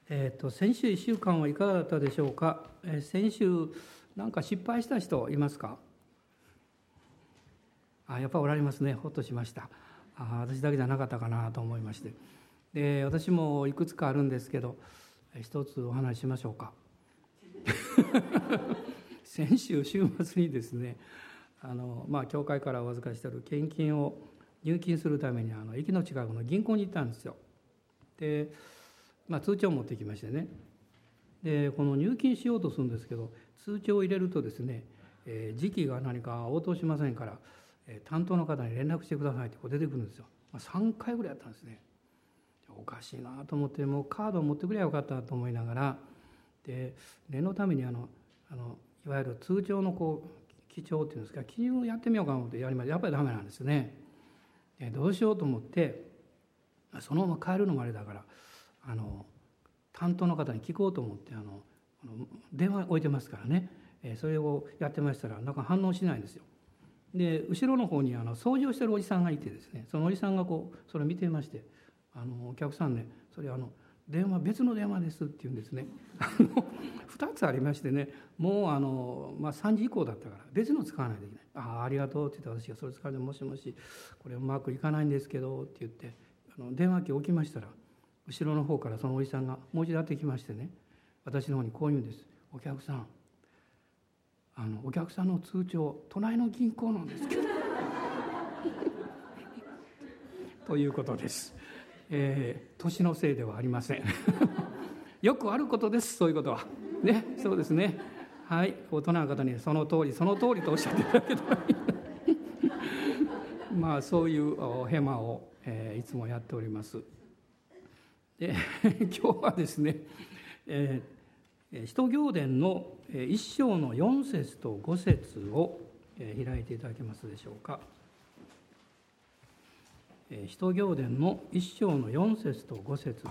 先週1週間はいかがだったでしょうか。先週なんか失敗した人いますか。やっぱりおられますね。ほっとしました。私だけじゃなかったかなと思いまして、で私もいくつかあるんですけど、一つお話ししましょうか。先週週末にですね、教会からお預かりしている献金を入金するために駅の近くの銀行に行ったんですよ。で通帳を持ってきましてね、でこの入金しようとするんですけど、通帳を入れるとですね、時期が何か応答しませんから、担当の方に連絡してくださいってこう出てくるんですよ。3回ぐらいやったんですね。おかしいなと思って、もうカードを持ってくればよかったと思いながら、で念のためにいわゆる通帳の記帳っていうんですか、記入をやってみようかと思ってやりました。やっぱりダメなんですね。どうしようと思って、そのまま帰るのもあれだから担当の方に聞こうと思って電話置いてますからね、それをやってましたらなんか反応しないんですよ。で後ろの方に掃除をしてるおじさんがいてですね、そのおじさんがそれを見ていまして、お客さんね、それ別の電話ですって言うんですね。2つありましてね、もう3時以降だったから別の使わないといけない。ありがとうって言って、私がそれ使って、もしもしこれうまくいかないんですけどって言って電話機を置きましたら、後ろの方からそのおじさんがもう一度やってきましてね、私の方にこう言うんです。お客さん、お客さんの通帳隣の銀行なんですけどということです。年のせいではありません。よくあることです、そういうことはね。そうですね、はい。大人の方にその通りとおっしゃっていただけたらいいそういうヘマを、いつもやっております。で今日はですね、使徒行伝の1章の4節と5節を開いていただけますでしょうか。使徒行伝の1章の4節と5節です。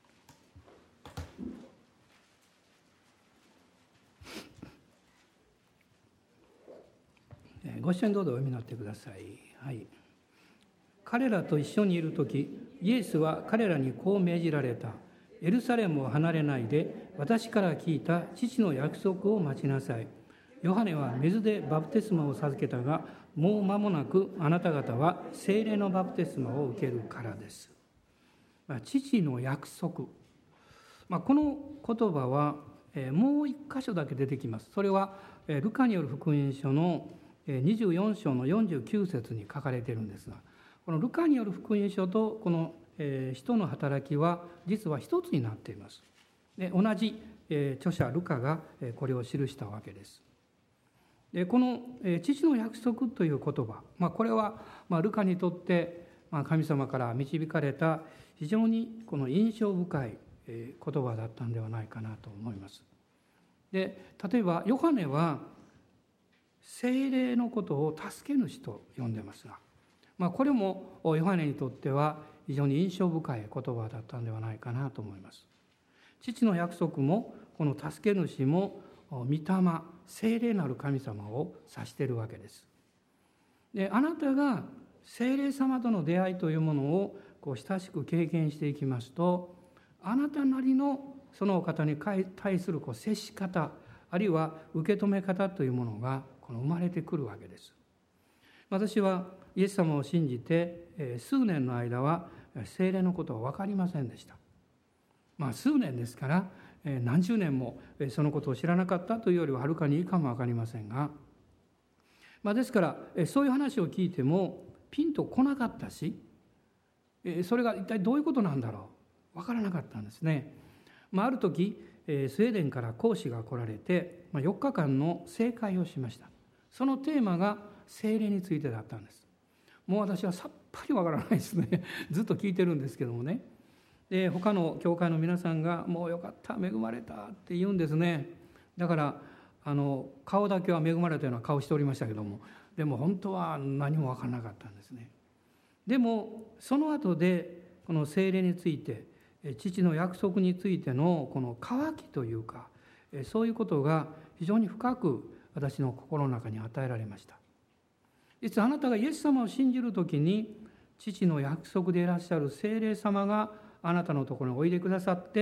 ご一緒にどうぞお読みになってください。はい。彼らと一緒にいるとき、イエスは彼らにこう命じられた。エルサレムを離れないで、私から聞いた父の約束を待ちなさい。ヨハネは水でバプテスマを授けたが、もう間もなくあなた方は聖霊のバプテスマを受けるからです。父の約束。この言葉はもう一箇所だけ出てきます。それはルカによる福音書の24章の49節に書かれているんですが、このルカによる福音書とこの使徒の働きは実は一つになっています。で同じ著者ルカがこれを記したわけです。でこの父の約束という言葉、これはルカにとって神様から導かれた非常にこの印象深い言葉だったんではないかなと思います。で例えばヨハネは聖霊のことを助け主と呼んでますが、これもヨハネにとっては非常に印象深い言葉だったんではないかなと思います。父の約束もこの助け主も御霊、聖霊なる神様を指しているわけです。であなたが聖霊様との出会いというものを親しく経験していきますと、あなたなりのそのお方に対する接し方、あるいは受け止め方というものが生まれてくるわけです。私はイエス様を信じて数年の間は聖霊のことは分かりませんでした。数年ですから何十年もそのことを知らなかったというよりははるかにいいかも分かりませんが、ですからそういう話を聞いてもピンとこなかったし、それが一体どういうことなんだろう、分からなかったんですね。ある時スウェーデンから講師が来られて4日間の聖会をしました。そのテーマが聖霊についてだったんです。もう私はさっぱりわからないですね。ずっと聞いてるんですけどもね。で他の教会の皆さんがもうよかった、恵まれたって言うんですね。だから顔だけは恵まれたような顔しておりましたけども、でも本当は何もわからなかったんですね。でもその後でこの聖霊について、父の約束についてのこの渇きというか、そういうことが非常に深く私の心の中に与えられました。実はあなたがイエス様を信じるときに、父の約束でいらっしゃる聖霊様があなたのところにおいでくださって、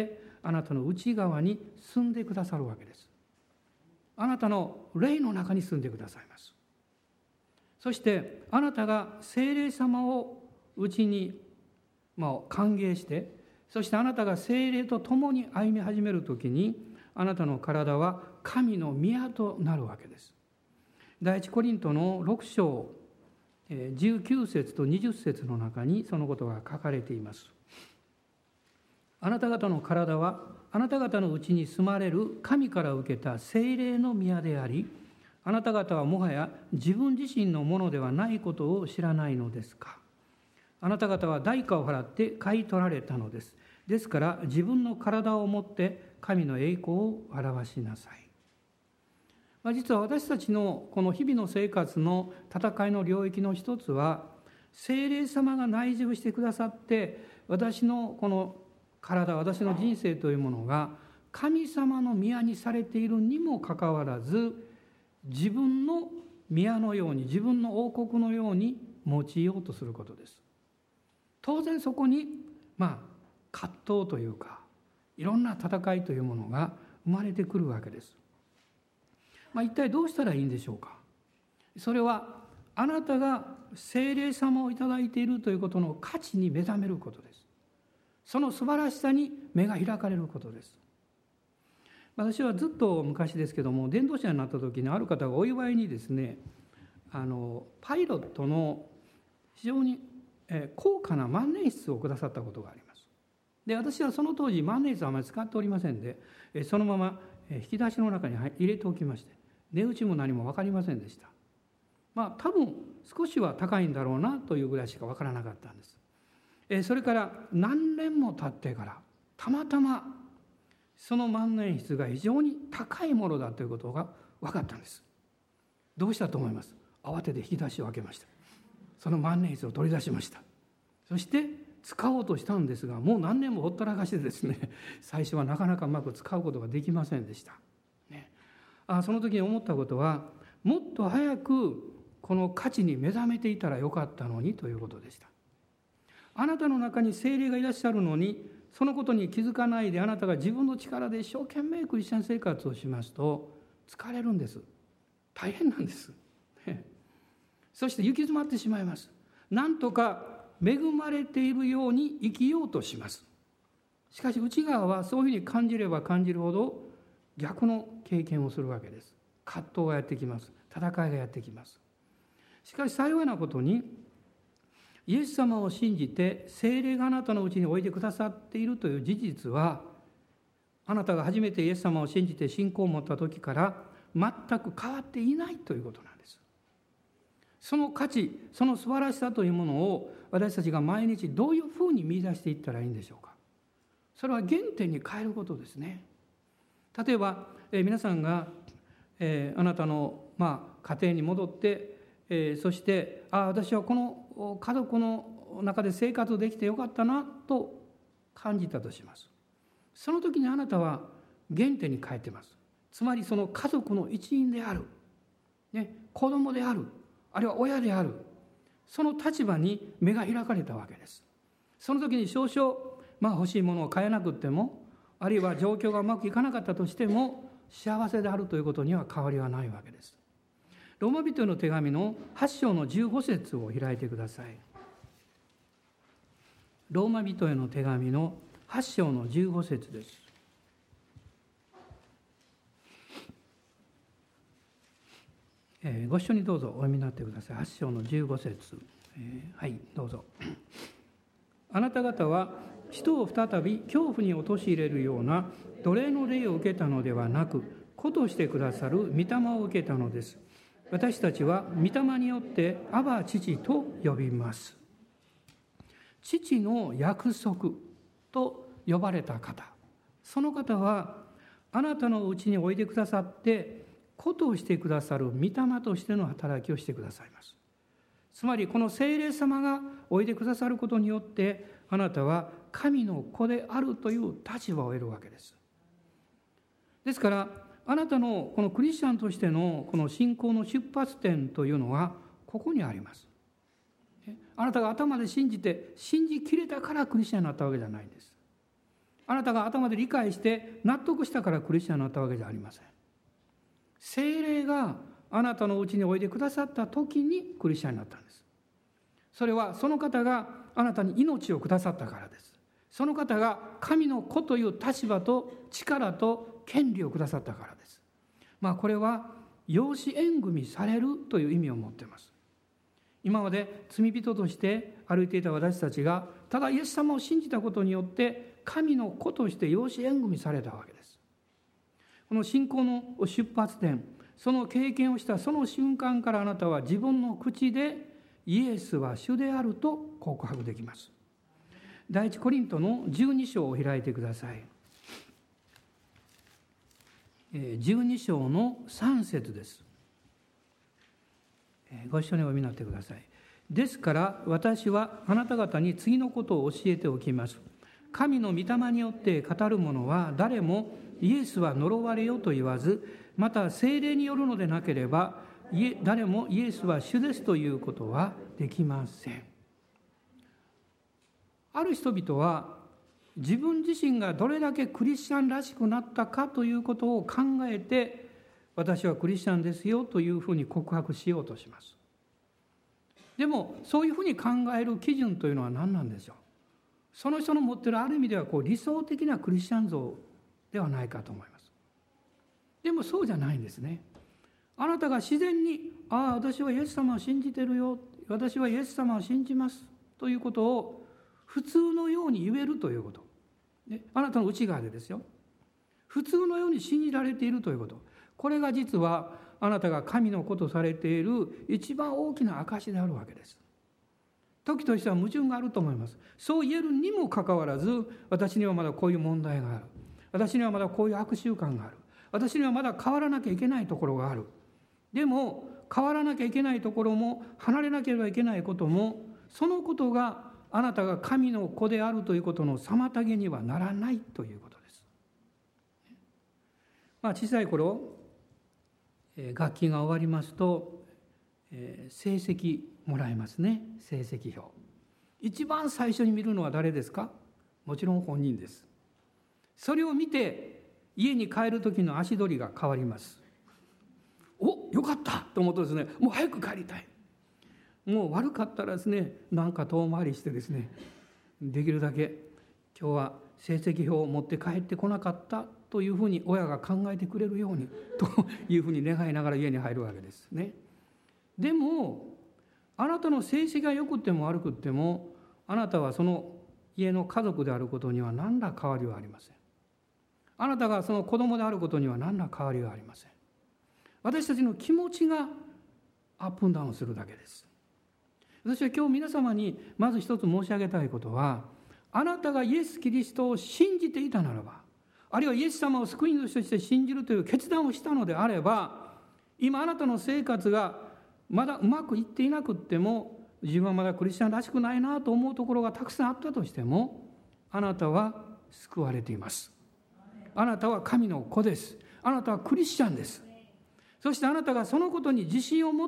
あなたの内側に住んでくださるわけです。あなたの霊の中に住んでくださいます。そしてあなたが聖霊様をうちに歓迎して、そしてあなたが聖霊と共に歩み始めるときに、あなたの体は神の宮となるわけです。第一コリントの6章19節と20節の中にそのことが書かれています。あなた方の体はあなた方のうちに住まれる神から受けた聖霊の宮であり、あなた方はもはや自分自身のものではないことを知らないのですか。あなた方は代価を払って買い取られたのです。ですから自分の体をもって神の栄光を表しなさい。実は私たちのこの日々の生活の戦いの領域の一つは、聖霊様が内住してくださって、私のこの体、私の人生というものが神様の宮にされているにもかかわらず、自分の宮のように、自分の王国のように用いようとすることです。当然そこに葛藤というか、いろんな戦いというものが生まれてくるわけです。一体どうしたらいいんでしょうか。それはあなたが聖霊様をいただいているということの価値に目覚めることです。その素晴らしさに目が開かれることです。私はずっと昔ですけども、伝道者になった時にある方がお祝いにですね、パイロットの非常に高価な万年筆をくださったことがあります。で、私はその当時万年筆はあまり使っておりませんで、そのまま引き出しの中に入れておきまして、値打ちも何も分かりませんでした。多分少しは高いんだろうなというぐらいしか分からなかったんです。それから何年も経ってからたまたまその万年筆が非常に高いものだということが分かったんです。どうしたと思います？慌てて引き出しを開けました。その万年筆を取り出しました。そして使おうとしたんですが、もう何年もほったらかしてですね、最初はなかなかうまく使うことができませんでした。その時に思ったことは、もっと早くこの価値に目覚めていたらよかったのにということでした。あなたの中に聖霊がいらっしゃるのに、そのことに気づかないであなたが自分の力で一生懸命クリスチャン生活をしますと疲れるんです。大変なんです。そして行き詰まってしまいます。なんとか恵まれているように生きようとします。しかし内側はそういうふうに感じれば感じるほど逆の経験をするわけです。葛藤がやってきます。戦いがやってきます。しかし幸いなことに、イエス様を信じて聖霊があなたのうちにおいてくださっているという事実は、あなたが初めてイエス様を信じて信仰を持った時から全く変わっていないということなんです。その価値、その素晴らしさというものを私たちが毎日どういうふうに見出していったらいいんでしょうか。それは原点に変えることですね。例えば、皆さんが、あなたの、家庭に戻って、そして私はこの家族の中で生活できてよかったなと感じたとします。その時にあなたは原点に変えています。つまりその家族の一員である、子供である、あるいは親である、その立場に目が開かれたわけです。その時に少々、欲しいものを買えなくっても、あるいは状況がうまくいかなかったとしても幸せであるということには変わりはないわけです。ローマ人への手紙の8章の15節を開いてください。ローマ人への手紙の8章の15節です。ご一緒にどうぞお読みになってください。8章の15節、はい、どうぞ。あなた方は人を再び恐怖に陥れるような奴隷の霊を受けたのではなく、子としてくださる御霊を受けたのです。私たちは御霊によってアバ父と呼びます。父の約束と呼ばれた方、その方はあなたのうちにおいでくださって子としてくださる御霊としての働きをしてくださいます。つまりこの聖霊様がおいでくださることによってあなたは神の子であるという立場を得るわけです。ですからあなたのこのクリスチャンとしてのこの信仰の出発点というのはここにあります。あなたが頭で信じて信じきれたからクリスチャンになったわけじゃないんです。 あなたが頭で理解して納得したからクリスチャンになったわけじゃありません。聖霊があなたのうちにおいでくださった時にクリスチャンになったんです。それはその方があなたに命をくださったからです。その方が神の子という立場と力と権利をくださったからです。これは養子縁組されるという意味を持っています。今まで罪人として歩いていた私たちがただイエス様を信じたことによって神の子として養子縁組されたわけです。この信仰の出発点、その経験をしたその瞬間からあなたは自分の口でイエスは主であると告白できます。第一コリントの12章を開いてください。12章の3節です。ご一緒にお読みになってください。ですから私はあなた方に次のことを教えておきます。神の御霊によって語る者は誰もイエスは呪われよと言わず、また聖霊によるのでなければ誰もイエスは主ですということはできません。ある人々は自分自身がどれだけクリスチャンらしくなったかということを考えて、私はクリスチャンですよというふうに告白しようとします。でもそういうふうに考える基準というのは何なんでしょう。その人の持っているある意味では理想的なクリスチャン像ではないかと思います。でもそうじゃないんですね。あなたが自然に私はイエス様を信じてるよ、私はイエス様を信じますということを普通のように言えるということ、あなたの内側でですよ、普通のように信じられているということ、これが実はあなたが神の子とされている一番大きな証であるわけです。時としては矛盾があると思います。そう言えるにもかかわらず、私にはまだこういう問題がある、私にはまだこういう悪習慣がある、私にはまだ変わらなきゃいけないところがある。でも変わらなきゃいけないところも離れなければいけないことも、そのことがあなたが神の子であるということの妨げにはならないということです。小さい頃、学期が終わりますと、成績もらえますね。成績表。一番最初に見るのは誰ですか？もちろん本人です。それを見て家に帰る時の足取りが変わります。よかったと思うとですね、もう早く帰りたい。もう悪かったらですね、なんか遠回りしてですね、できるだけ今日は成績表を持って帰ってこなかったというふうに親が考えてくれるようにというふうに願いながら家に入るわけですね。でもあなたの成績が良くても悪くても、あなたはその家の家族であることには何ら変わりはありません。あなたがその子供であることには何ら変わりはありません。私たちの気持ちがアップンダウンするだけです。私は今日皆様にまず一つ申し上げたいことは、あなたがイエス・キリストを信じていたならば、あるいはイエス様を救い主として信じるという決断をしたのであれば、今あなたの生活がまだうまくいっていなくっても、自分はまだクリスチャンらしくないなと思うところがたくさんあったとしても、あなたは救われています。あなたは神の子です。あなたはクリスチャンです。そしてあなたがそのことに自信を持って、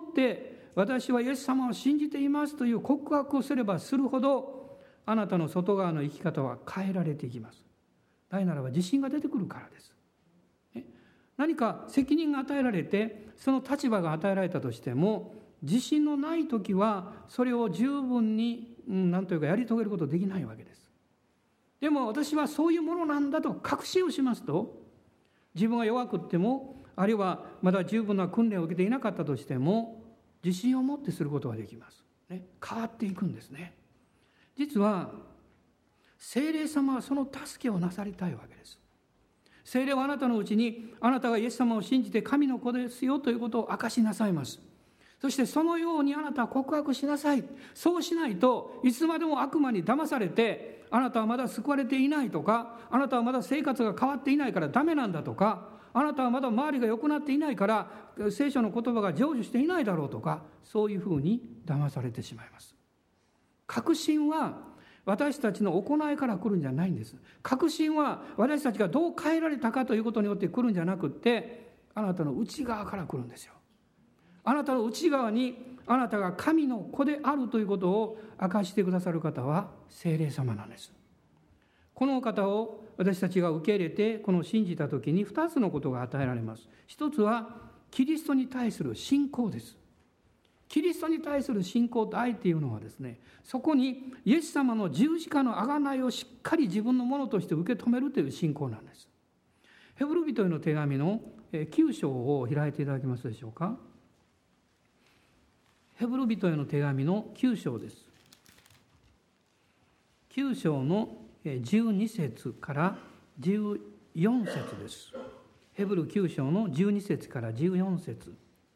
私はイエス様を信じていますという告白をすればするほど、あなたの外側の生き方は変えられていきます。なぜならば自信が出てくるからです。何か責任が与えられて、その立場が与えられたとしても、自信のないときはそれを十分にやり遂げることができないわけです。でも私はそういうものなんだと確信をしますと、自分が弱くっても、あるいはまだ十分な訓練を受けていなかったとしても、自信を持ってすることができます、変わっていくんですね。実は聖霊様はその助けをなさりたいわけです。聖霊はあなたのうちに、あなたがイエス様を信じて神の子ですよということを明かしなさいます。そしてそのようにあなたは告白しなさい。そうしないといつまでも悪魔に騙されて、あなたはまだ救われていないとか、あなたはまだ生活が変わっていないからダメなんだとか、あなたはまだ周りが良くなっていないから聖書の言葉が成就していないだろうとか、そういうふうに騙されてしまいます。確信は私たちの行いから来るんじゃないんです。確信は私たちがどう変えられたかということによって来るんじゃなくって、あなたの内側から来るんですよ。あなたの内側にあなたが神の子であるということを明かしてくださる方は聖霊様なんです。 この方を私たちが受け入れてこの信じたときに2つのことが与えられます。一つはキリストに対する信仰です。キリストに対する信仰と愛というのはですね、そこにイエス様の十字架の贖いをしっかり自分のものとして受け止めるという信仰なんです。ヘブル人への手紙の9章を開いていただけますでしょうか。ヘブル人への手紙の9章です。9章の12節から14節です。ヘブル9章の12節から14節。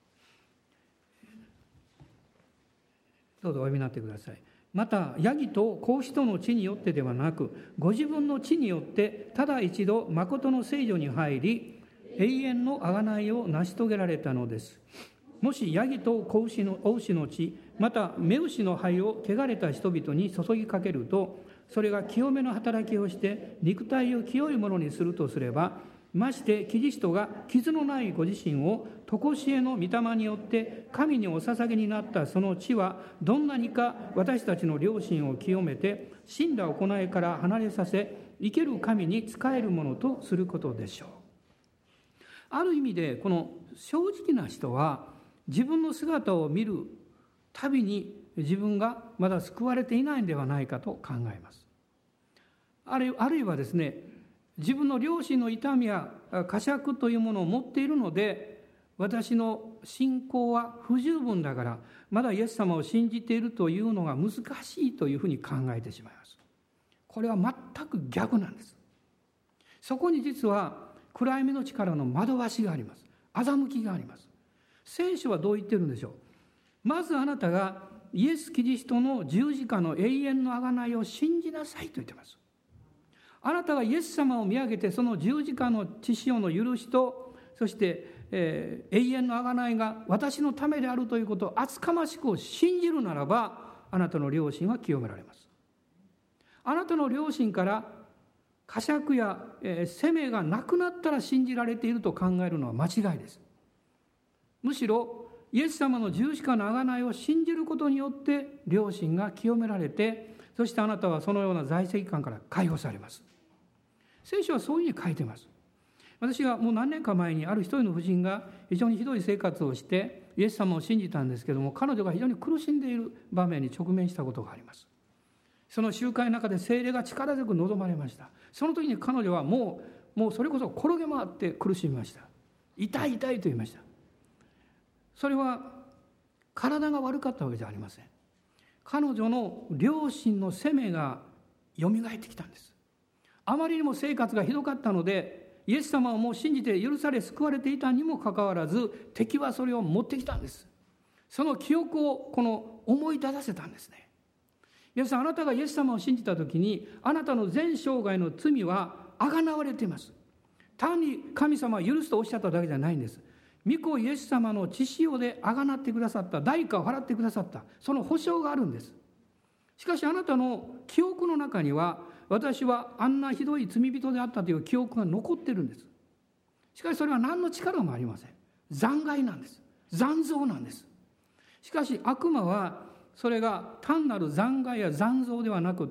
どうぞお読みになってください。またヤギと子牛との血によってではなく、ご自分の血によってただ一度誠の聖所に入り、永遠の贖いを成し遂げられたのです。もしヤギと子牛の血、また雌牛の灰を汚れた人々に注ぎかけると、それが清めの働きをして肉体を清いものにするとすれば、ましてキリストが傷のないご自身を常しえの御霊によって神にお捧げになったその血は、どんなにか私たちの良心を清めて死んだ行いから離れさせ、生ける神に仕えるものとすることでしょう。ある意味でこの正直な人は自分の姿を見るたびに自分がまだ救われていないのではないかと考えます。あるいはですね、自分の良心の痛みや呵責というものを持っているので、私の信仰は不十分だからまだイエス様を信じているというのが難しいというふうに考えてしまいます。これは全く逆なんです。そこに実は暗闇の力の惑わしがあります。欺きがあります。聖書はどう言ってるんでしょう。まずあなたがイエス・キリストの十字架の永遠の贖いを信じなさいと言っています。あなたがイエス様を見上げて、その十字架の血潮の許しと、そして、永遠の贖いが私のためであるということを厚かましく信じるならば、あなたの良心は清められます。あなたの良心から呵責や責めがなくなったら信じられていると考えるのは間違いです。むしろイエス様の十字架の贖いを信じることによって良心が清められて、そしてあなたはそのような在籍感から解放されます。聖書はそういうふうに書いています。私がもう何年か前にある一人の婦人が非常にひどい生活をしてイエス様を信じたんですけども、彼女が非常に苦しんでいる場面に直面したことがあります。その集会の中で聖霊が力強く望まれました。その時に彼女はもうそれこそ転げ回って苦しみました。痛い痛いと言いました。それは体が悪かったわけじゃありません。彼女の良心の責めがよみがえってきたんです。あまりにも生活がひどかったので、イエス様をもう信じて許され救われていたにもかかわらず、敵はそれを持ってきたんです。その記憶を思い出させたんですね。皆さん、あなたがイエス様を信じたときに、あなたの全生涯の罪はあがなわれています。単に神様は許すとおっしゃっただけじゃないんです。御子イエス様の血潮であがなってくださった、代価を払ってくださった、その保証があるんです。しかしあなたの記憶の中には、私はあんなひどい罪人であったという記憶が残ってるんです。しかしそれは何の力もありません。残骸なんです。残像なんです。しかし悪魔はそれが単なる残骸や残像ではなくって、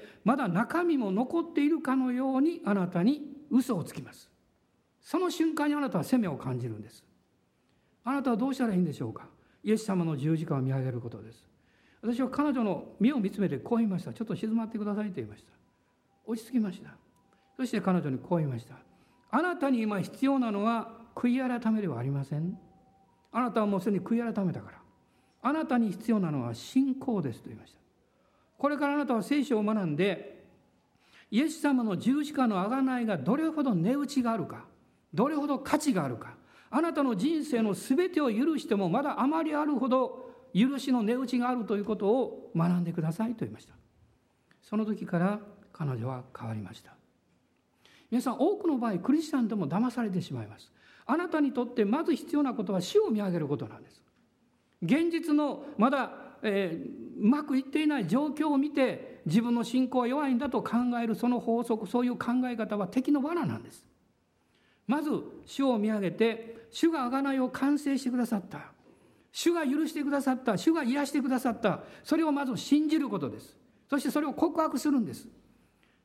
まだ中身も残っているかのようにあなたに嘘をつきます。その瞬間にあなたは責めを感じるんです。あなたはどうしたらいいんでしょうか。イエス様の十字架を見上げることです。私は彼女の目を見つめてこう言いました。ちょっと静まってくださいと言いました。落ち着きました。そして彼女にこう言いました。あなたに今必要なのは悔い改めではありません。あなたはもうすでに悔い改めたから。あなたに必要なのは信仰ですと言いました。これからあなたは聖書を学んで、イエス様の十字架の贖いがどれほど値打ちがあるか、どれほど価値があるか、あなたの人生のすべてを許してもまだあまりあるほど許しの値打ちがあるということを学んでくださいと言いました。その時から彼女は変わりました。皆さん、多くの場合クリスチャンでも騙されてしまいます。あなたにとってまず必要なことは主を見上げることなんです。現実のまだ、うまくいっていない状況を見て自分の信仰は弱いんだと考えるその法則、そういう考え方は敵の罠なんです。まず主を見上げて、主が贖いを完成してくださった、主が許してくださった、主が癒してくださった、それをまず信じることです。そしてそれを告白するんです。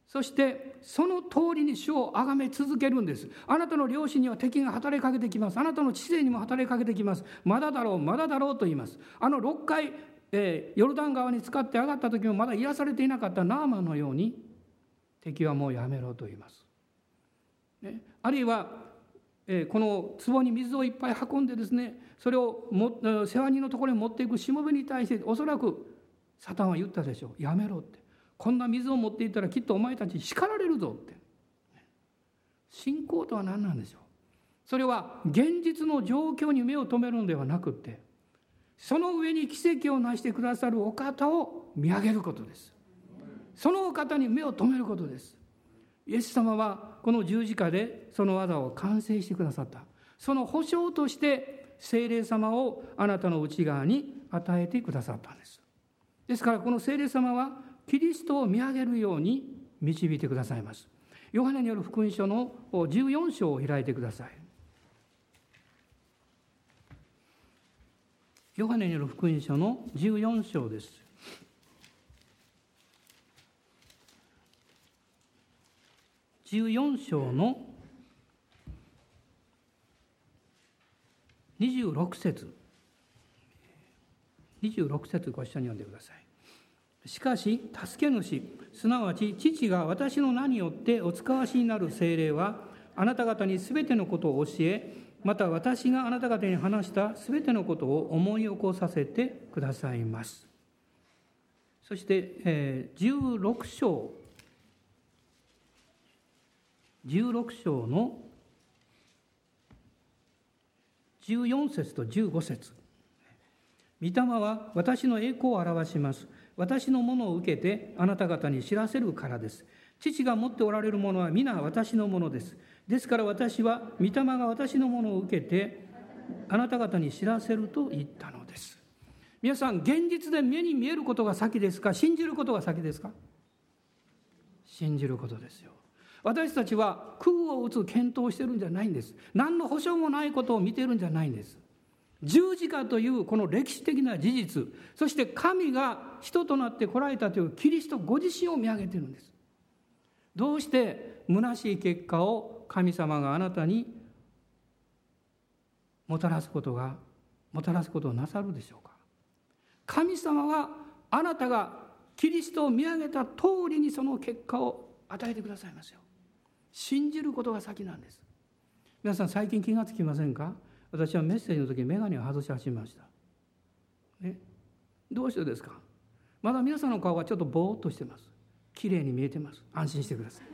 そしてその通りに主を崇め続けるんです。あなたの良心には敵が働きかけてきます。あなたの知性にも働きかけてきます。まだだろうまだだろうと言います。6回、ヨルダン川に浸かって上がった時もまだ癒されていなかったナーマンのように、敵はもうやめろと言います、ね、あるいは、この壺に水をいっぱい運んでですね、それを世話人のところに持っていくしもべに対しておそらくサタンは言ったでしょう。やめろって、こんな水を持っていったらきっとお前たち叱られるぞって。信仰とは何なんでしょう。それは現実の状況に目を留めるのではなくて、その上に奇跡を成してくださるお方を見上げることです。そのお方に目を留めることです。イエス様はこの十字架でその技を完成してくださった。その保証として聖霊様をあなたの内側に与えてくださったんです。ですからこの聖霊様はキリストを見上げるように導いてくださいます。ヨハネによる福音書の14章を開いてください。ヨハネによる福音書の14章です。14章の26節ご一緒に読んでください。しかし助け主、すなわち父が私の名によってお使わしになる聖霊は、あなた方にすべてのことを教え、また私があなた方に話したすべてのことを思い起こさせてくださいます。そして、16章の14節と15節。御霊は私の栄光を表します。私のものを受けてあなた方に知らせるからです。父が持っておられるものは皆私のものです。ですから私は御霊が私のものを受けてあなた方に知らせると言ったのです。皆さん、現実で目に見えることが先ですか、信じることが先ですか？信じることですよ。私たちは空を打つ検討をしてるんじゃないんです。何の保証もないことを見てるんじゃないんです。十字架というこの歴史的な事実、そして神が人となって来られたというキリストご自身を見上げているんです。どうして虚しい結果を神様があなたにもたらすことをなさるでしょうか？神様はあなたがキリストを見上げた通りにその結果を与えてくださいますよ。信じることが先なんです。皆さん、最近気がつきませんか？私はメッセージの時に眼鏡を外し始めました、ね、どうしてですか？まだ皆さんの顔がちょっとぼーっとしてます。きれいに見えてます。安心してくださ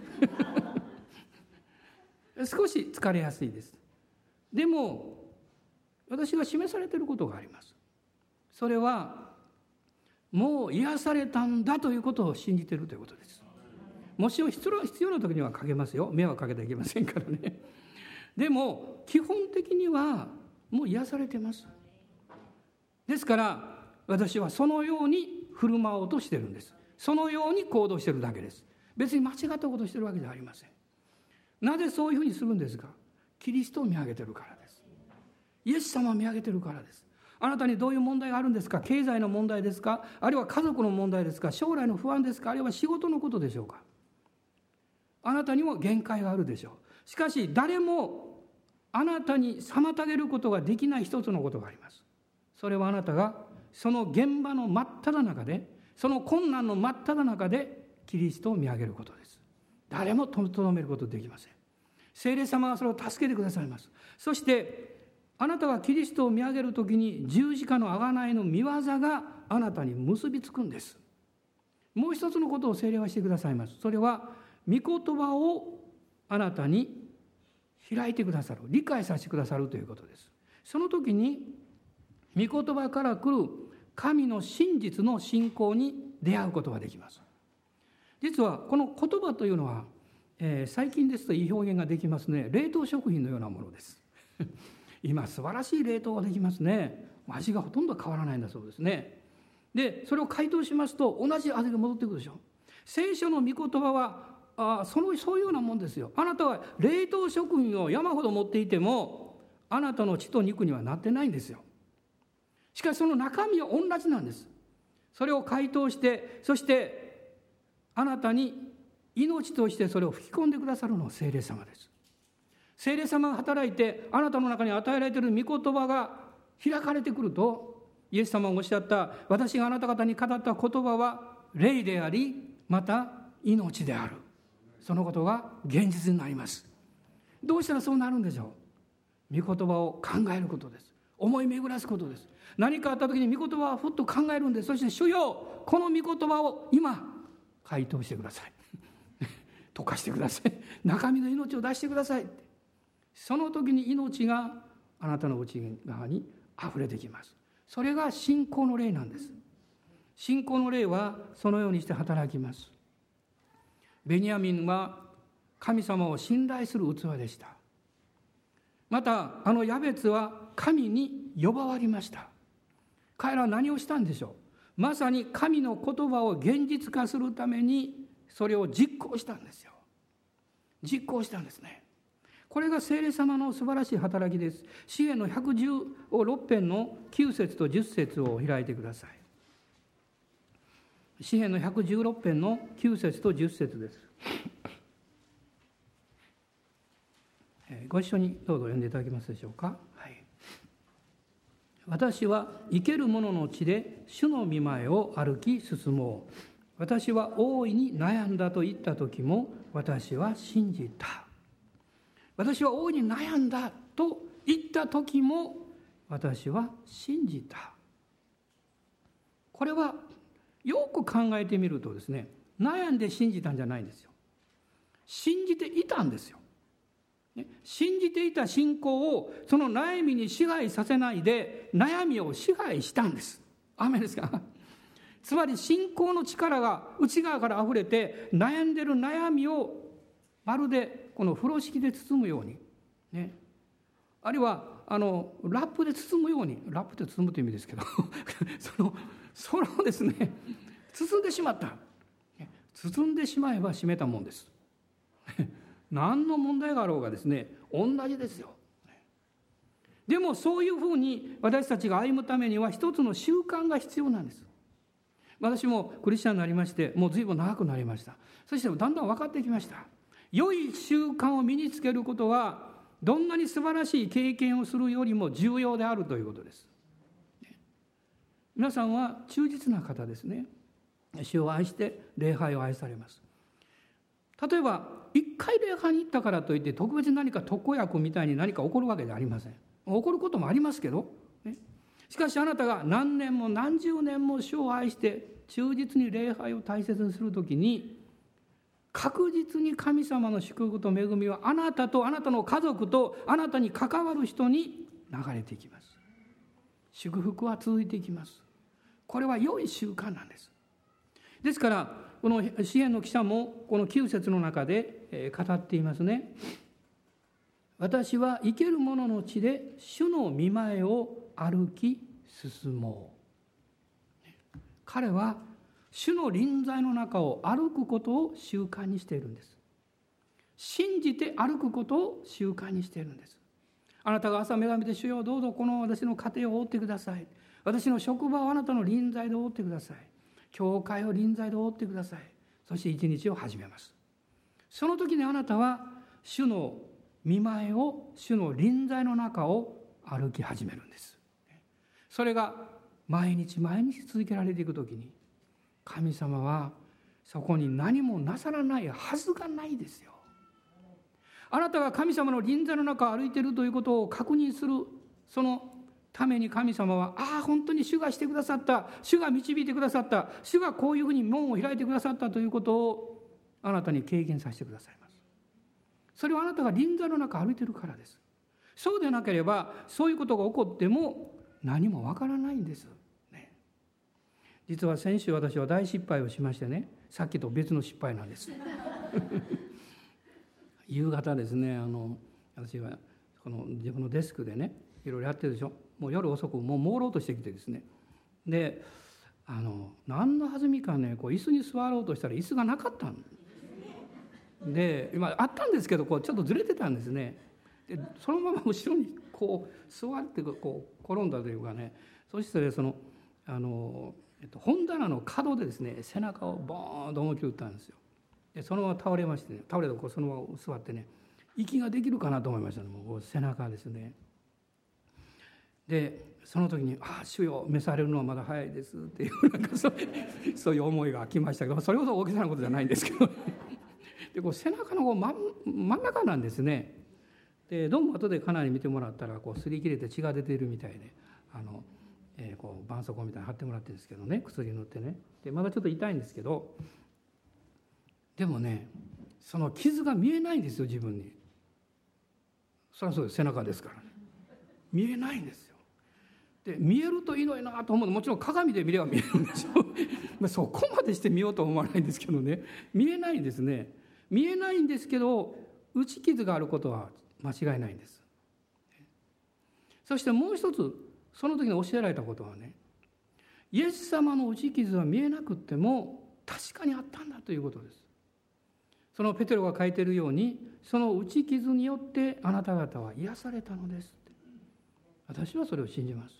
い少し疲れやすいです。でも私が示されていることがあります。それはもう癒されたんだということを信じているということです。もちろん必要な時にはかけますよ。目はかけてはいけませんからね。でも基本的にはもう癒されています。ですから私はそのように振る舞おうとしているんです。そのように行動しているだけです。別に間違ったことをしているわけではありません。なぜそういうふうにするんですか？キリストを見上げているからです。イエス様を見上げているからです。あなたにどういう問題があるんですか？経済の問題ですか？あるいは家族の問題ですか？将来の不安ですか？あるいは仕事のことでしょうか？あなたにも限界があるでしょう。しかし誰もあなたに妨げることができない一つのことがあります。それはあなたがその現場の真っ只中で、その困難の真っ只中でキリストを見上げることです。誰もとどめることできません。聖霊様はそれを助けてくださいます。そしてあなたがキリストを見上げるときに十字架の贖いの御業があなたに結びつくんです。もう一つのことを聖霊はしてくださいます。それは御言葉をあなたに開いてくださる、理解させてくださるということです。その時に御言葉から来る神の真実の信仰に出会うことができます。実はこの言葉というのは、最近ですといい表現ができますね。冷凍食品のようなものです今素晴らしい冷凍ができますね。味がほとんど変わらないんだそうですね。でそれを解凍しますと同じ味が戻ってくるでしょ。聖書の御言葉はそういうようなもんですよ。あなたは冷凍食品を山ほど持っていてもあなたの血と肉にはなってないんですよ。しかしその中身は同じなんです。それを解凍して、そしてあなたに命としてそれを吹き込んでくださるのは聖霊様です。聖霊様が働いてあなたの中に与えられている御言葉が開かれてくると、イエス様がおっしゃった私があなた方に語った言葉は霊でありまた命である、そのことが現実になります。どうしたらそうなるんでしょう。御言葉を考えることです。思い巡らすことです。何かあった時に御言葉をふっと考えるんです。そして主よ、この御言葉を今回答してください溶かしてください、中身の命を出してください。その時に命があなたの内側にあふれてきます。それが信仰の霊なんです。信仰の霊はそのようにして働きます。ベニヤミンは神様を信頼する器でした。またヤベツは神に呼ばわりました。彼らは何をしたんでしょう。まさに神の言葉を現実化するためにそれを実行したんですよ。実行したんですね。これが聖霊様の素晴らしい働きです。詩篇の116編の9節と10節を開いてください。詩篇の116編の9節と10節です。ご一緒にどうぞ読んでいただけますでしょうか。はい、私は生ける者の地で主の御前を歩き進もう。私は大いに悩んだと言った時も私は信じた。私は大いに悩んだと言った時も私は信じた。これはよく考えてみるとですね、悩んで信じたんじゃないんですよ。信じていたんですよ。信じていた信仰をその悩みに支配させないで悩みを支配したんです。アーメンですか。つまり信仰の力が内側からあふれて悩んでる悩みをまるでこの風呂敷で包むように、ね、あるいはラップで包むように、ラップで包むという意味ですけどそのですね、包んでしまった。包んでしまえば閉めたもんです何の問題があろうがですね、同じですよ。でもそういうふうに私たちが歩むためには一つの習慣が必要なんです。私もクリスチャンになりまして、もう随分長くなりました。そしてだんだん分かってきました。良い習慣を身につけることはどんなに素晴らしい経験をするよりも重要であるということです。皆さんは忠実な方ですね。主を愛して礼拝を愛されます。例えば一回礼拝に行ったからといって特別に何か特効薬みたいに何か起こるわけではありません。起こることもありますけど、ね、しかしあなたが何年も何十年も主を愛して忠実に礼拝を大切にするときに、確実に神様の祝福と恵みはあなたとあなたの家族とあなたに関わる人に流れていきます。祝福は続いていきます。これは良い習慣なんです。ですからこの詩篇の記者もこの9節の中で語っていますね。私は生ける者の地で主の御前を歩き進もう。彼は主の臨在の中を歩くことを習慣にしているんです。信じて歩くことを習慣にしているんです。あなたが朝目覚めて、主よどうぞこの私の家庭を覆ってください。私の職場をあなたの臨在で覆ってください。教会を臨在で覆ってください。そして一日を始めます。その時にあなたは主の御前を、主の臨在の中を歩き始めるんです。それが毎日毎日続けられていく時に、神様はそこに何もなさらないはずがないですよ。あなたが神様の臨在の中を歩いているということを確認する、そのために神様は、本当に主がしてくださった、主が導いてくださった、主がこういうふうに門を開いてくださったということをあなたに経験させてくださいます。それはあなたが臨在の中を歩いているからです。そうでなければそういうことが起こっても何もわからないんです、ね。実は先週私は大失敗をしましてね、さっきと別の失敗なんです夕方ですね、私はこの自分のデスクでねいろいろやってるでしょ。もう夜遅くもう朦朧としてきてですね、で何の弾みかね、こう椅子に座ろうとしたら椅子がなかったんで、今あったんですけど、こうちょっとずれてたんですね。でそのまま後ろにこう座ってこう転んだというかね、そしてその本棚の角でですね背中をボーンと思いっきり打ったんですよ。 でそのまま倒れましてね、倒れてそのまま座ってね、息ができるかなと思いましたね。もう背中ですね。でその時に「主よ、召されるのはまだ早いです」っていうそういう思いが来ましたけど、それほど大げさなことじゃないんですけどで背中の真ん中なんですね。でどうも後でかなり見てもらったら擦り切れて血が出ているみたいで、絆創膏みたいなの貼ってもらってるんですけどね、薬塗ってね。でまだちょっと痛いんですけど、でもね、その傷が見えないんですよ、自分に。そりゃそうです、背中ですからね。見えないんですよ。で見えるといいのになと思うの、もちろん鏡で見れば見えるんでしょそこまでして見ようと思わないんですけどね、見えないんですね。見えないんですけど、打ち傷があることは間違いないんです。そしてもう一つ、その時に教えられたことはね、イエス様の打ち傷は見えなくっても確かにあったんだということです。そのペテロが書いているように、その打ち傷によってあなた方は癒されたのですって。私はそれを信じます。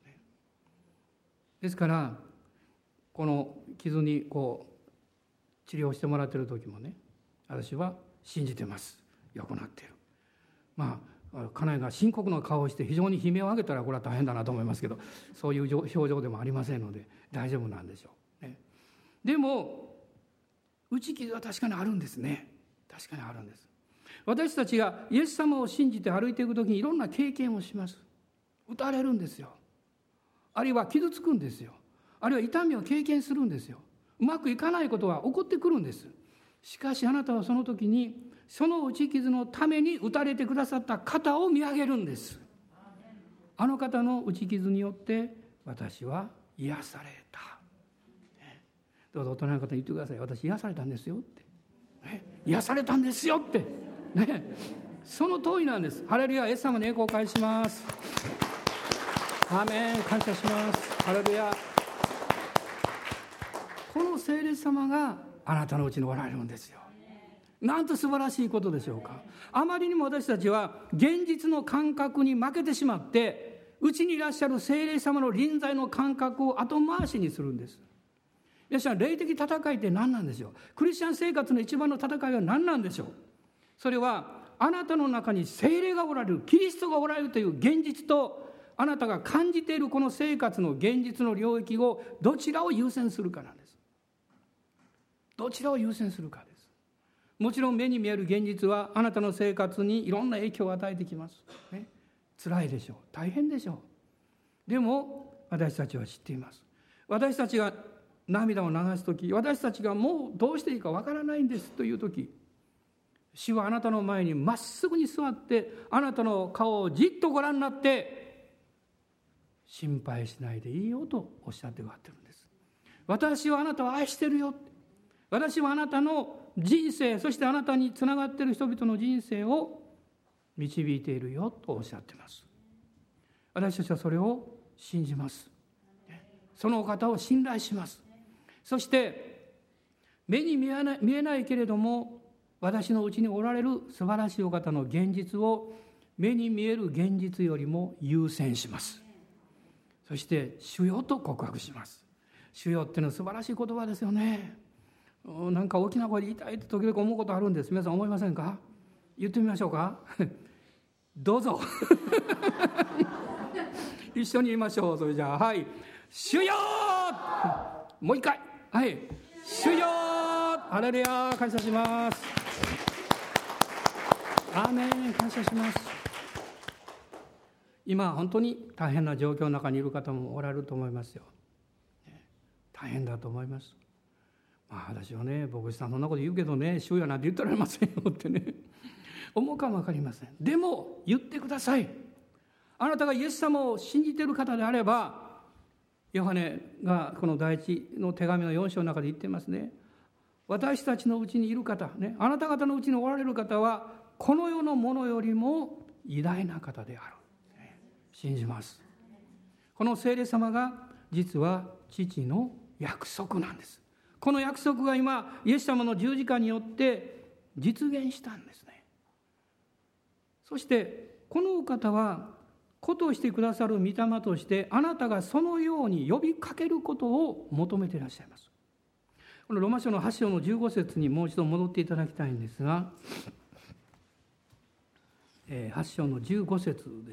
ですからこの傷に治療してもらっている時もね、私は信じてます。良くなっている。家内が深刻な顔をして非常に悲鳴を上げたらこれは大変だなと思いますけど、そういう表情でもありませんので大丈夫なんでしょう、ね。でも打ち傷は確かにあるんですね。確かにあるんです。私たちがイエス様を信じて歩いていく時にいろんな経験をします。打たれるんですよ。あるいは傷つくんですよ。あるいは痛みを経験するんですよ。うまくいかないことは起こってくるんです。しかしあなたはその時にその打ち傷のために打たれてくださった方を見上げるんです。あの方の打ち傷によって私は癒された。どうぞ大人の方に言ってください。私癒されたんですよって。癒されたんですよって。その通りなんです。ハレルヤ、イエス様に栄光を返します。アーメン、感謝します。ハレルヤ。この聖霊様があなたのうちにおられるんですよ。なんと素晴らしいことでしょうか。あまりにも私たちは現実の感覚に負けてしまって、うちにいらっしゃる聖霊様の臨在の感覚を後回しにするんです。皆さん、霊的戦いって何なんでしょう。クリスチャン生活の一番の戦いは何なんでしょう。それはあなたの中に聖霊がおられる、キリストがおられるという現実と、あなたが感じているこの生活の現実の領域をどちらを優先するかなんです。どちらを優先するかです。もちろん目に見える現実はあなたの生活にいろんな影響を与えてきます、ね、辛いでしょう、大変でしょう。でも私たちは知っています。私たちが涙を流すとき、私たちがもうどうしていいかわからないんですというとき、主はあなたの前にまっすぐに座ってあなたの顔をじっとご覧になって、心配しないでいいよとおっしゃってくださってるんです。私はあなたを愛してるよ。私はあなたの人生、そしてあなたにつながっている人々の人生を導いているよとおっしゃっています。私たちはそれを信じます。そのお方を信頼します。そして目に見えないけれども私のうちにおられる素晴らしいお方の現実を目に見える現実よりも優先します。そして主よと告白します。主よっていうのは素晴らしい言葉ですよね。なんか大きな声で言いたいって時々思うことあるんです。皆さん思いませんか。言ってみましょうかどうぞ一緒に言いましょう。それじゃあ、はい、主よもう一回、はい、主よハレルヤ、感謝します。アーメン、感謝します。今本当に大変な状況の中にいる方もおられると思いますよ。大変だと思います。私はね、牧師さんそんなこと言うけどね、主よなんて言ってられませんよってね思うかも分かりません。でも言ってください。あなたがイエス様を信じている方であれば、ヨハネがこの第一の手紙の4章の中で言ってますね。私たちのうちにいる方、ね、あなた方のうちにおられる方はこの世のものよりも偉大な方である。信じます。この聖霊様が実は父の約束なんです。この約束が今イエス様の十字架によって実現したんですね。そしてこのお方は子としてくださる御霊としてあなたがそのように呼びかけることを求めていらっしゃいます。 このローマ書の8章の15節にもう一度戻っていただきたいんですが、8章の15節です。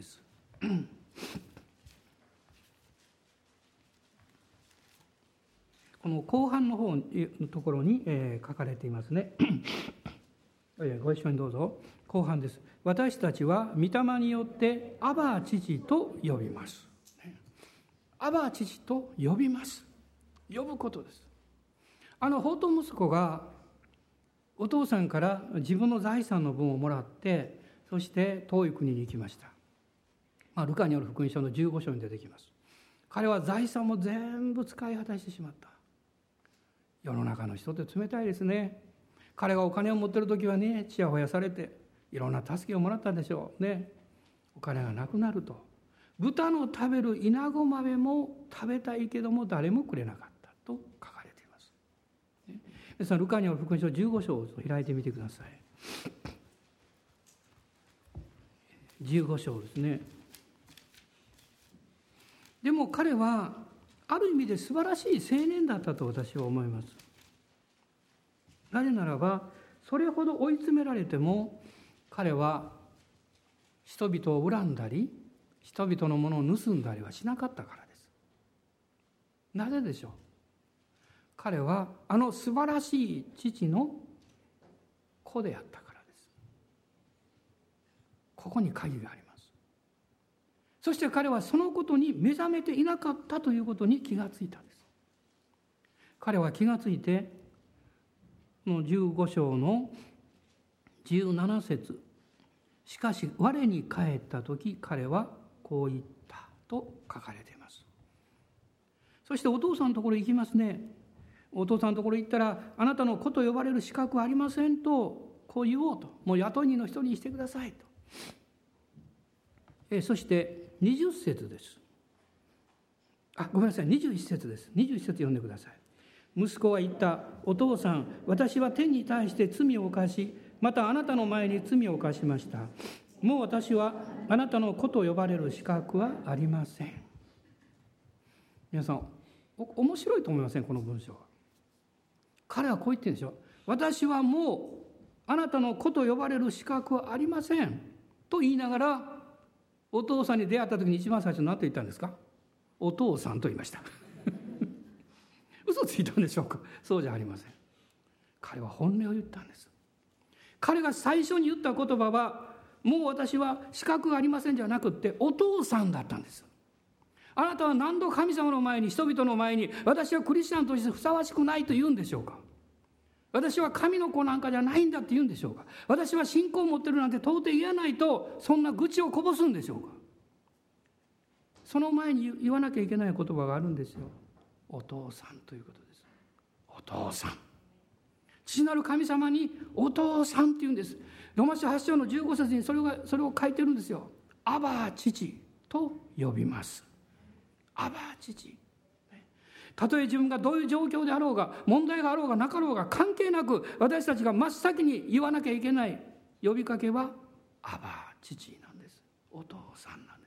この後半の方のところに書かれていますね。ご一緒にどうぞ。後半です。私たちは御霊によってアバ父と呼びます。アバ父と呼びます。呼ぶことです。放蕩息子がお父さんから自分の財産の分をもらって、そして遠い国に行きました。ルカによる福音書の15章に出てきます。彼は財産も全部使い果たしてしまった。世の中の人って冷たいですね。彼がお金を持っている時はね、ちやほやされていろんな助けをもらったでしょうね。お金がなくなると、豚の食べるイナゴ豆も食べたいけども誰もくれなかったと書かれています。皆さん、ルカによる福音書15章を開いてみてください。15章ですね。でも彼はある意味で素晴らしい青年だったと私は思います。なぜならば、それほど追い詰められても彼は人々を恨んだり人々のものを盗んだりはしなかったからです。なぜでしょう。彼は素晴らしい父の子であったからです。ここに鍵があります。そして彼はそのことに目覚めていなかったということに気がついたんです。彼は気がついて、の15章の17節、しかし我に帰った時彼はこう言ったと書かれています。そしてお父さんのところに行きますね。お父さんのところに行ったら、あなたの子と呼ばれる資格はありませんとこう言おうと、もう雇い人の一人にしてくださいと。そして20節です。ごめんなさい、21節です。21節読んでください。息子は言った。お父さん、私は天に対して罪を犯し、またあなたの前に罪を犯しました。もう私はあなたの子と呼ばれる資格はありません。皆さん、面白いと思いません？この文章は。彼はこう言ってるんでしょ。私はもうあなたの子と呼ばれる資格はありませんと言いながら、お父さんに出会った時に一番最初に何と言ったんですか？お父さんと言いました。嘘ついたんでしょうか？そうじゃありません。彼は本音を言ったんです。彼が最初に言った言葉は、もう私は資格がありませんじゃなくって、お父さんだったんです。あなたは何度神様の前に、人々の前に、私はクリスチャンとしてふさわしくないと言うんでしょうか？私は神の子なんかじゃないんだって言うんでしょうか？私は信仰を持ってるなんて到底言えないと、そんな愚痴をこぼすんでしょうか？その前に言わなきゃいけない言葉があるんですよ。お父さんということです。お父さん。父なる神様にお父さんって言うんです。ローマ書8章の15節にそれを書いてるんですよ。アバ父と呼びます。アバ父。たとえ自分がどういう状況であろうが、問題があろうがなかろうが関係なく、私たちが真っ先に言わなきゃいけない呼びかけはアバ父なんです。お父さんなんです。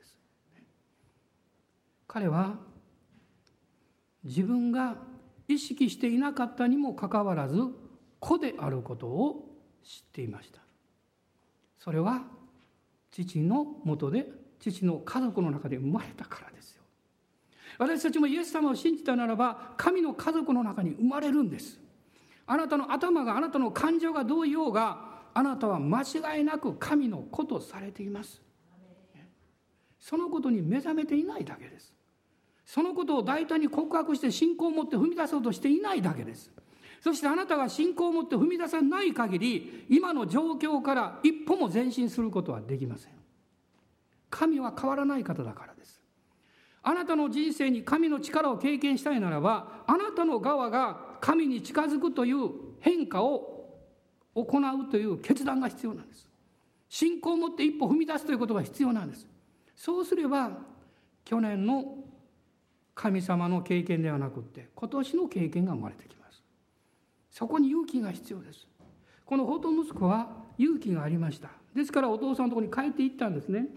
彼は自分が意識していなかったにもかかわらず、子であることを知っていました。それは父のもとで、父の家族の中で生まれたからですよ。私たちもイエス様を信じたならば、神の家族の中に生まれるんです。あなたの頭が、あなたの感情がどう言おうが、あなたは間違いなく神の子とされています。そのことに目覚めていないだけです。そのことを大胆に告白して信仰を持って踏み出そうとしていないだけです。そしてあなたが信仰を持って踏み出さない限り、今の状況から一歩も前進することはできません。神は変わらない方だからです。あなたの人生に神の力を経験したいならば、あなたの側が神に近づくという変化を行うという決断が必要なんです。信仰を持って一歩踏み出すということが必要なんです。そうすれば、去年の神様の経験ではなくって、今年の経験が生まれてきます。そこに勇気が必要です。この放蕩息子は勇気がありました。ですからお父さんのところに帰っていったんですね。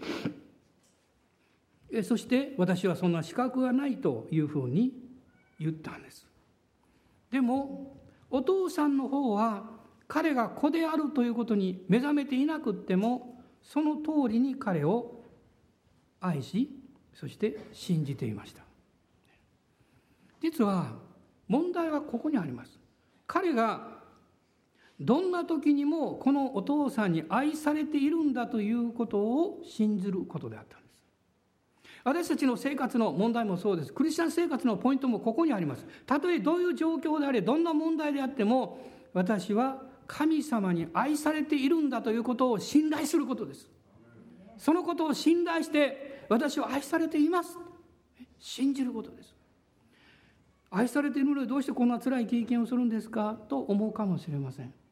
そして私はそんな資格がないというふうに言ったんです。でもお父さんの方は彼が子であるということに目覚めていなくっても、その通りに彼を愛し、そして信じていました。実は問題はここにあります。彼がどんな時にもこのお父さんに愛されているんだということを信じることであったんです。私たちの生活の問題もそうです。クリスチャン生活のポイントもここにあります。たとえどういう状況であれ、どんな問題であっても、私は神様に愛されているんだということを信頼することです。そのことを信頼して、私は愛されています、信じることです。愛されているのでどうしてこんな辛い経験をするんですかと思うかもしれません。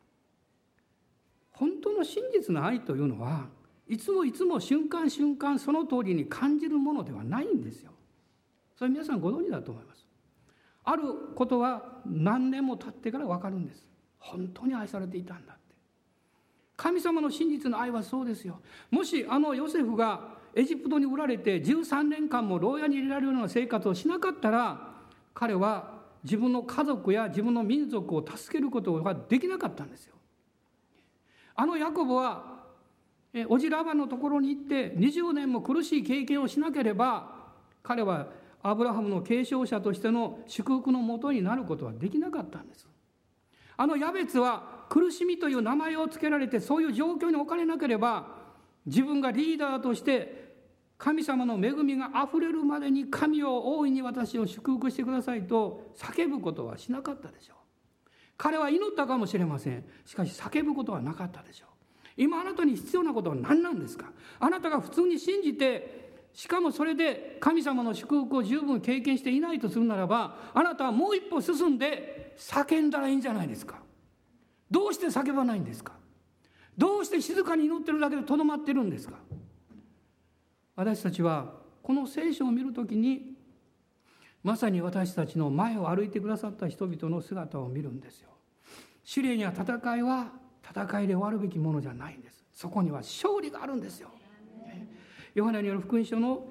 本当の真実の愛というのは、いつもいつも瞬間瞬間その通りに感じるものではないんですよ。それ皆さんご存知だと思います。あることは何年も経ってから分かるんです。本当に愛されていたんだって。神様の真実の愛はそうですよ。もしヨセフがエジプトに売られて13年間も牢屋に入れられるような生活をしなかったら、彼は自分の家族や自分の民族を助けることができなかったんですよ。ヤコブはおじラバンのところに行って20年も苦しい経験をしなければ、彼はアブラハムの継承者としての祝福のもとになることはできなかったんです。ヤベツは苦しみという名前を付けられて、そういう状況に置かれなければ、自分がリーダーとして神様の恵みがあふれるまでに神を大いに私を祝福してくださいと叫ぶことはしなかったでしょう。彼は祈ったかもしれません。しかし叫ぶことはなかったでしょう。今あなたに必要なことは何なんですか。あなたが普通に信じて、しかもそれで神様の祝福を十分経験していないとするならば、あなたはもう一歩進んで叫んだらいいんじゃないですか。どうして叫ばないんですか。どうして静かに祈ってるだけでとどまってるんですか。私たちはこの聖書を見るときに、まさに私たちの前を歩いてくださった人々の姿を見るんですよ。試練や戦いは戦いで終わるべきものじゃないんです。そこには勝利があるんですよ。ヨハネによる福音書の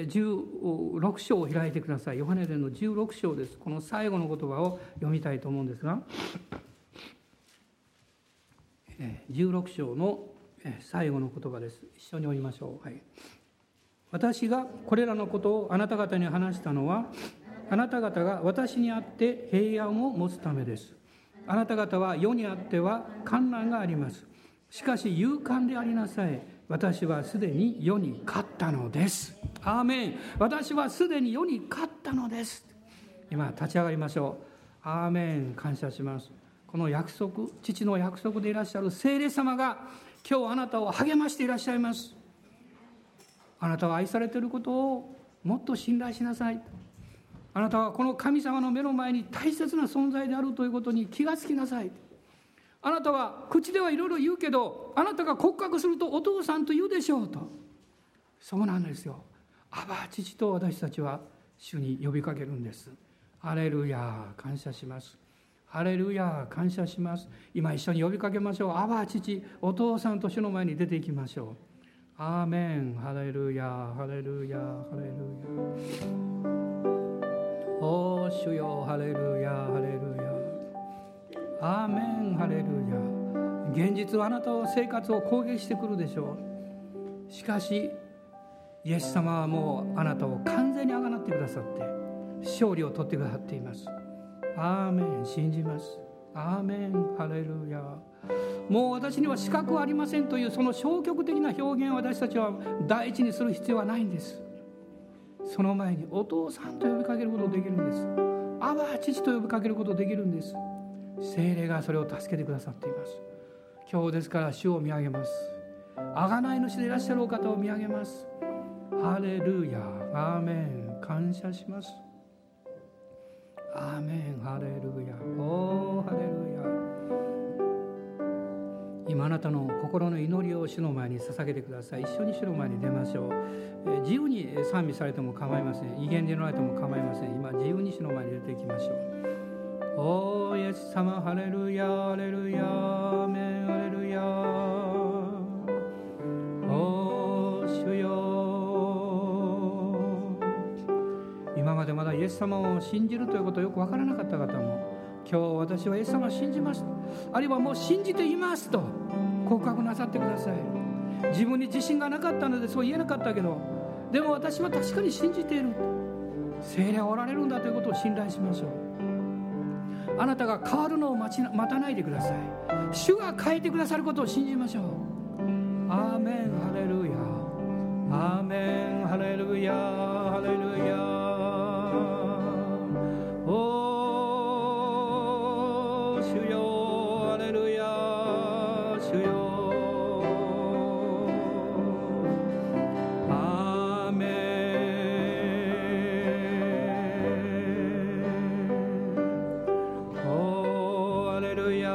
16章を開いてください。ヨハネ伝の16章です。この最後の言葉を読みたいと思うんですが、16章の最後の言葉です。一緒に読みましょう。はい。私がこれらのことをあなた方に話したのは、あなた方が私にあって平安を持つためです。あなた方は世にあっては患難があります。しかし勇敢でありなさい。私はすでに世に勝ったのです。アーメン。私はすでに世に勝ったのです。今立ち上がりましょう。アーメン。感謝します。この約束、父の約束でいらっしゃる聖霊様が今日あなたを励ましていらっしゃいます。あなたは愛されていることをもっと信頼しなさい。あなたはこの神様の目の前に大切な存在であるということに気がつきなさい。あなたは口ではいろいろ言うけど、あなたが告白するとお父さんと言うでしょうと。そうなんですよ。アバ父と私たちは主に呼びかけるんです。ハレルヤ、感謝します。ハレルヤ、感謝します。今一緒に呼びかけましょう。アバ父、お父さんと主の前に出ていきましょう。アーメン。ハレルヤ、ハレルヤ、ハレルヤ。おー主よ、ハレルヤ、ハレルヤ。アーメン、ハレルヤ。現実はあなたの生活を攻撃してくるでしょう。しかしイエス様はもうあなたを完全にあがなってくださって勝利を取ってくださっています。アーメン。信じます。アーメン。ハレルヤ。もう私には資格はありませんというその消極的な表現を私たちは第一にする必要はないんです。その前にお父さんと呼びかけることができるんです。アバ父と呼びかけることができるんです。聖霊がそれを助けてくださっています。今日ですから主を見上げます。贖い主でいらっしゃるお方を見上げます。ハレルヤ、アーメン。感謝します。アーメン。ハレルヤ。おーハレルヤ。今あなたの心の祈りを主の前に捧げてください。一緒に主の前に出ましょう。自由に賛美されても構いません。威厳で祈られても構いません。今自由に主の前に出ていきましょう。おーイエス様、ハレルヤ、ハレルヤ、アーメン、ハレルヤ。おー主よ、今までまだイエス様を信じるということをよく分からなかった方も、 今日私はイエス様を信じます、あるいはもう信じていますと告白なさってください。自分に自信がなかったのでそう言えなかったけど、でも私は確かに信じている、聖霊がおられるんだということを信頼しましょう。あなたが変わるのを待たないでください。主が変えてくださることを信じましょう。アーメンハレルヤ、アーメンハレルヤ、ハレルヤ。おー主よ、ハレルヤ、主よ、アーメン、おーハレルヤ。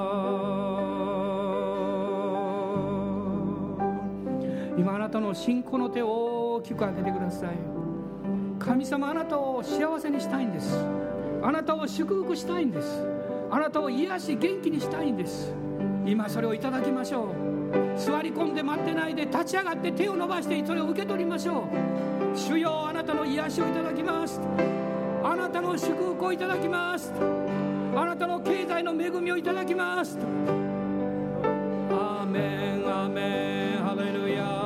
今あなたの信仰の手を大きく開けてください。神様、あなたを幸せにしたいんです。あなたを祝福したいんです。あなたを癒し元気にしたいんです。今それをいただきましょう。座り込んで待ってないで立ち上がって手を伸ばしてそれを受け取りましょう。主よ、あなたの癒しをいただきます。あなたの祝福をいただきます。あなたの経済の恵みをいただきます。アーメン、アーメン、ハレルヤ。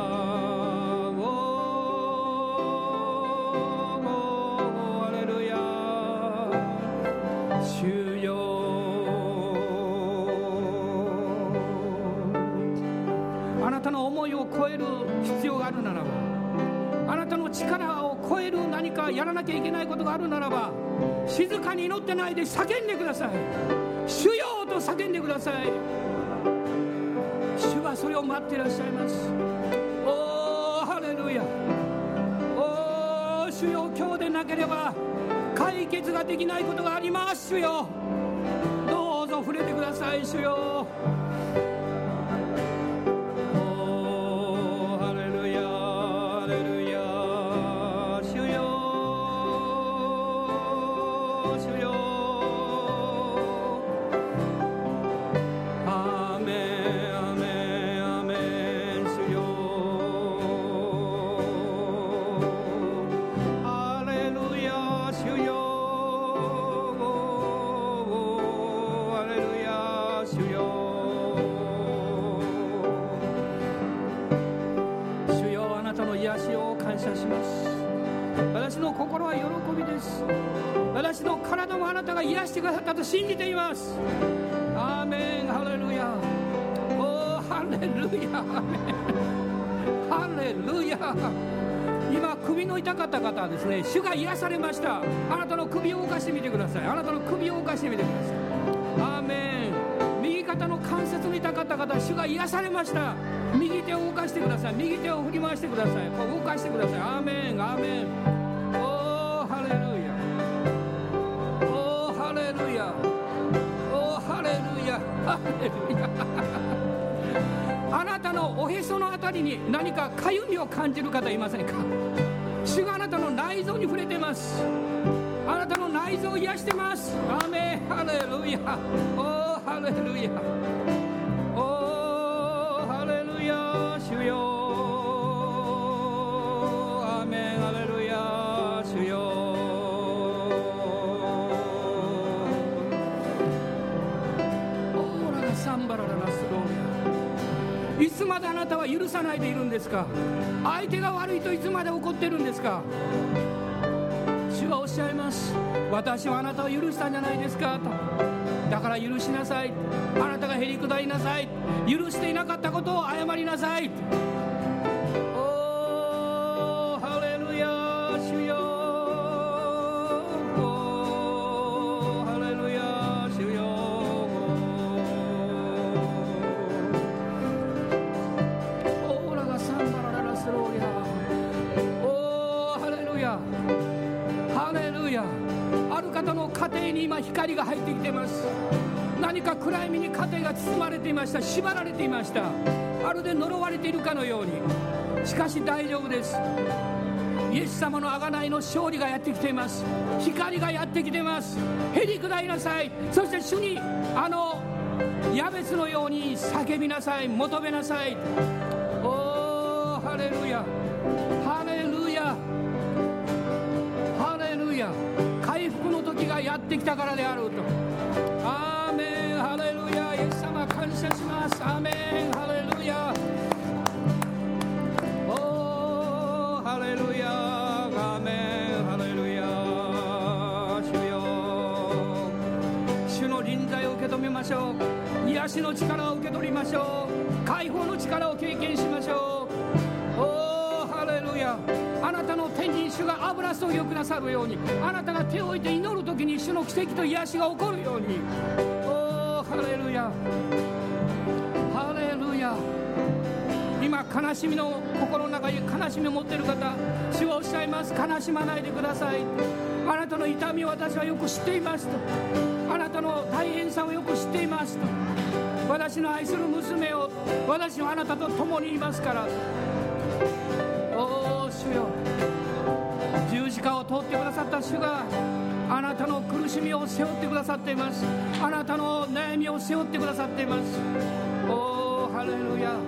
主よ、あなたの思いを超える必要があるならば、あなたの力を超える何かやらなきゃいけないことがあるならば、静かに祈ってないで叫んでください。主よと叫んでください。主はそれを待っていらっしゃいます。おーハレルヤ、おー主よ、今日でなければ解決ができないことがあります。主よ、どうぞ触れてください。主よ、おーハレルヤ、ハレルヤ、主よ、主よ、アーメン、アーメン、アーメン、主よ、ハレルヤ、主よ、ハレルヤ、主よ、主よ、あなたの癒しを感謝します。私の心は喜びです。私の体もあなたが癒してくださったと信じています。アーメン、ハレルヤ、おーハレルヤ、アーメン、ハレルヤ。今首の痛かった方はですね、主が癒されました。あなたの首を動かしてみてください。あなたの首を動かしてみてください。アーメン。右肩の関節の痛かった方は主が癒されました。右手を動かしてください。右手を振り回してください。こう動かしてください。アーメン、アーメン。おーハレルヤ、おーハレルヤ、おーハレルヤ、ハレルヤ。あなたのおへそのあたりに何かかゆみを感じる方いませんか？主があなたの内臓に触れてます。あなたの内臓を癒してます。アーメン、ハレルヤ、おーハレルヤ、おーハレルヤ、主よ、アーメン、ハレルヤ、主よ、オーラがサンバラララスローヤ。いつまであなたは許さないでいるんですか？相手が悪いといつまで怒ってるんですか？主はおっしゃいます。私はあなたを許したんじゃないですかと。だから許しなさい。あなたがへりくだりなさい。許していなかったことを謝りなさい。おーハレルヤ、主よ、おーハレルヤ、主よ、オーラがサンバラララスローヤ、おーハレルヤ、ハレルヤ。ある方の家庭に今光が入ってきています。何か暗闇に家庭が包まれていました。縛られていました。まるで呪われているかのように。しかし大丈夫です。イエス様の贖いの勝利がやってきています。光がやってきています。へりくだりなさい。そして主にヤベスのように叫びなさい。求めなさい。おーハレルヤ、ハレルヤ、ハレルヤ。回復の時がやってきたからであると。アーメンハレルヤ。イエス様感謝します。アーメンハレルヤ。おーハレルヤ。アーメンハレルヤ。主よ、主の臨在を受け止めましょう。癒しの力を受け取りましょう。解放の力を経験しましょう。おーハレルヤ。あなたの手に主が油注ぎをくださるように、あなたが手を置いて祈るときに主の奇跡と癒しが起こるように。おーハレルヤハレルヤ。今悲しみの心の中に悲しみを持っている方、主はおっしゃいます。悲しまないでください。あなたの痛みを私はよく知っていますと。あなたの大変さをよく知っていますと。私の愛する娘を、私はあなたと共にいますから。おー主よ、十字架を通ってくださった主があなたの苦しみを背負ってくださっています。あなたの悩みを背負ってくださっています。おーハレルヤ。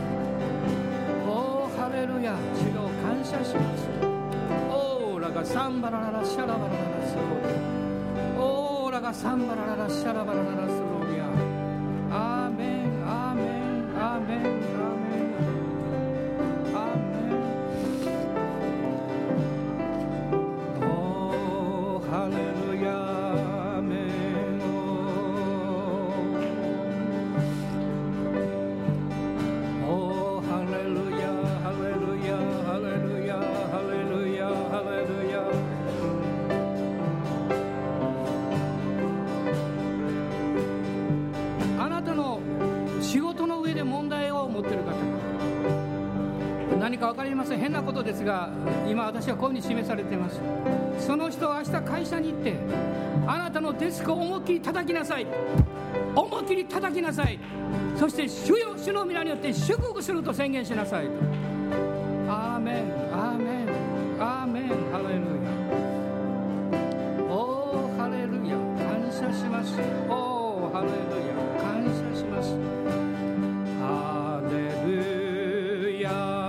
おーハレルヤ。主よ感謝します。オーラがサンバラララシャラバラララスロー。オーラがサンバラララシャラバラララスローヤ。アーメンアーメンアーメンアーメン。何か分かりません。変なことですが、今私はこういうふうに示されています。その人は明日会社に行って、あなたのデスクを思いっきり叩きなさい。思いっきり叩きなさい。そして主よ、主の皆によって祝福すると宣言しなさいと。アーメンアーメンアーメンハレルヤ。おーハレルヤ。感謝します。おーハレルヤ。感謝します。ハレルヤ。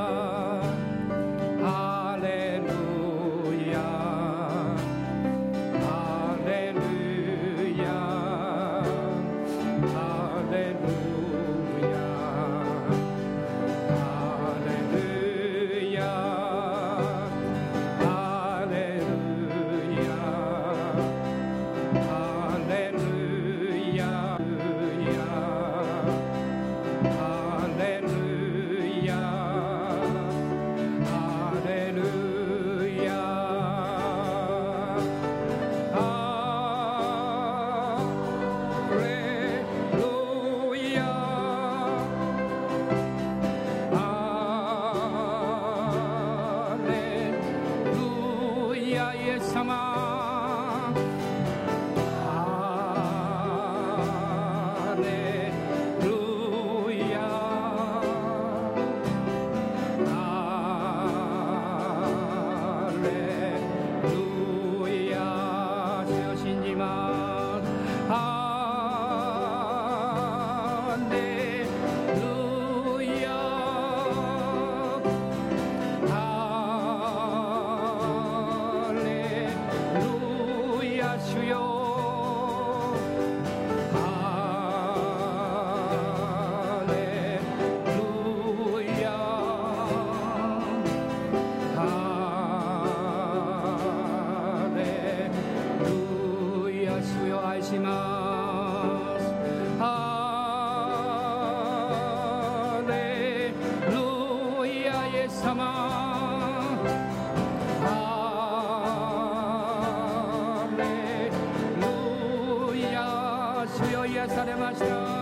主よ癒されました。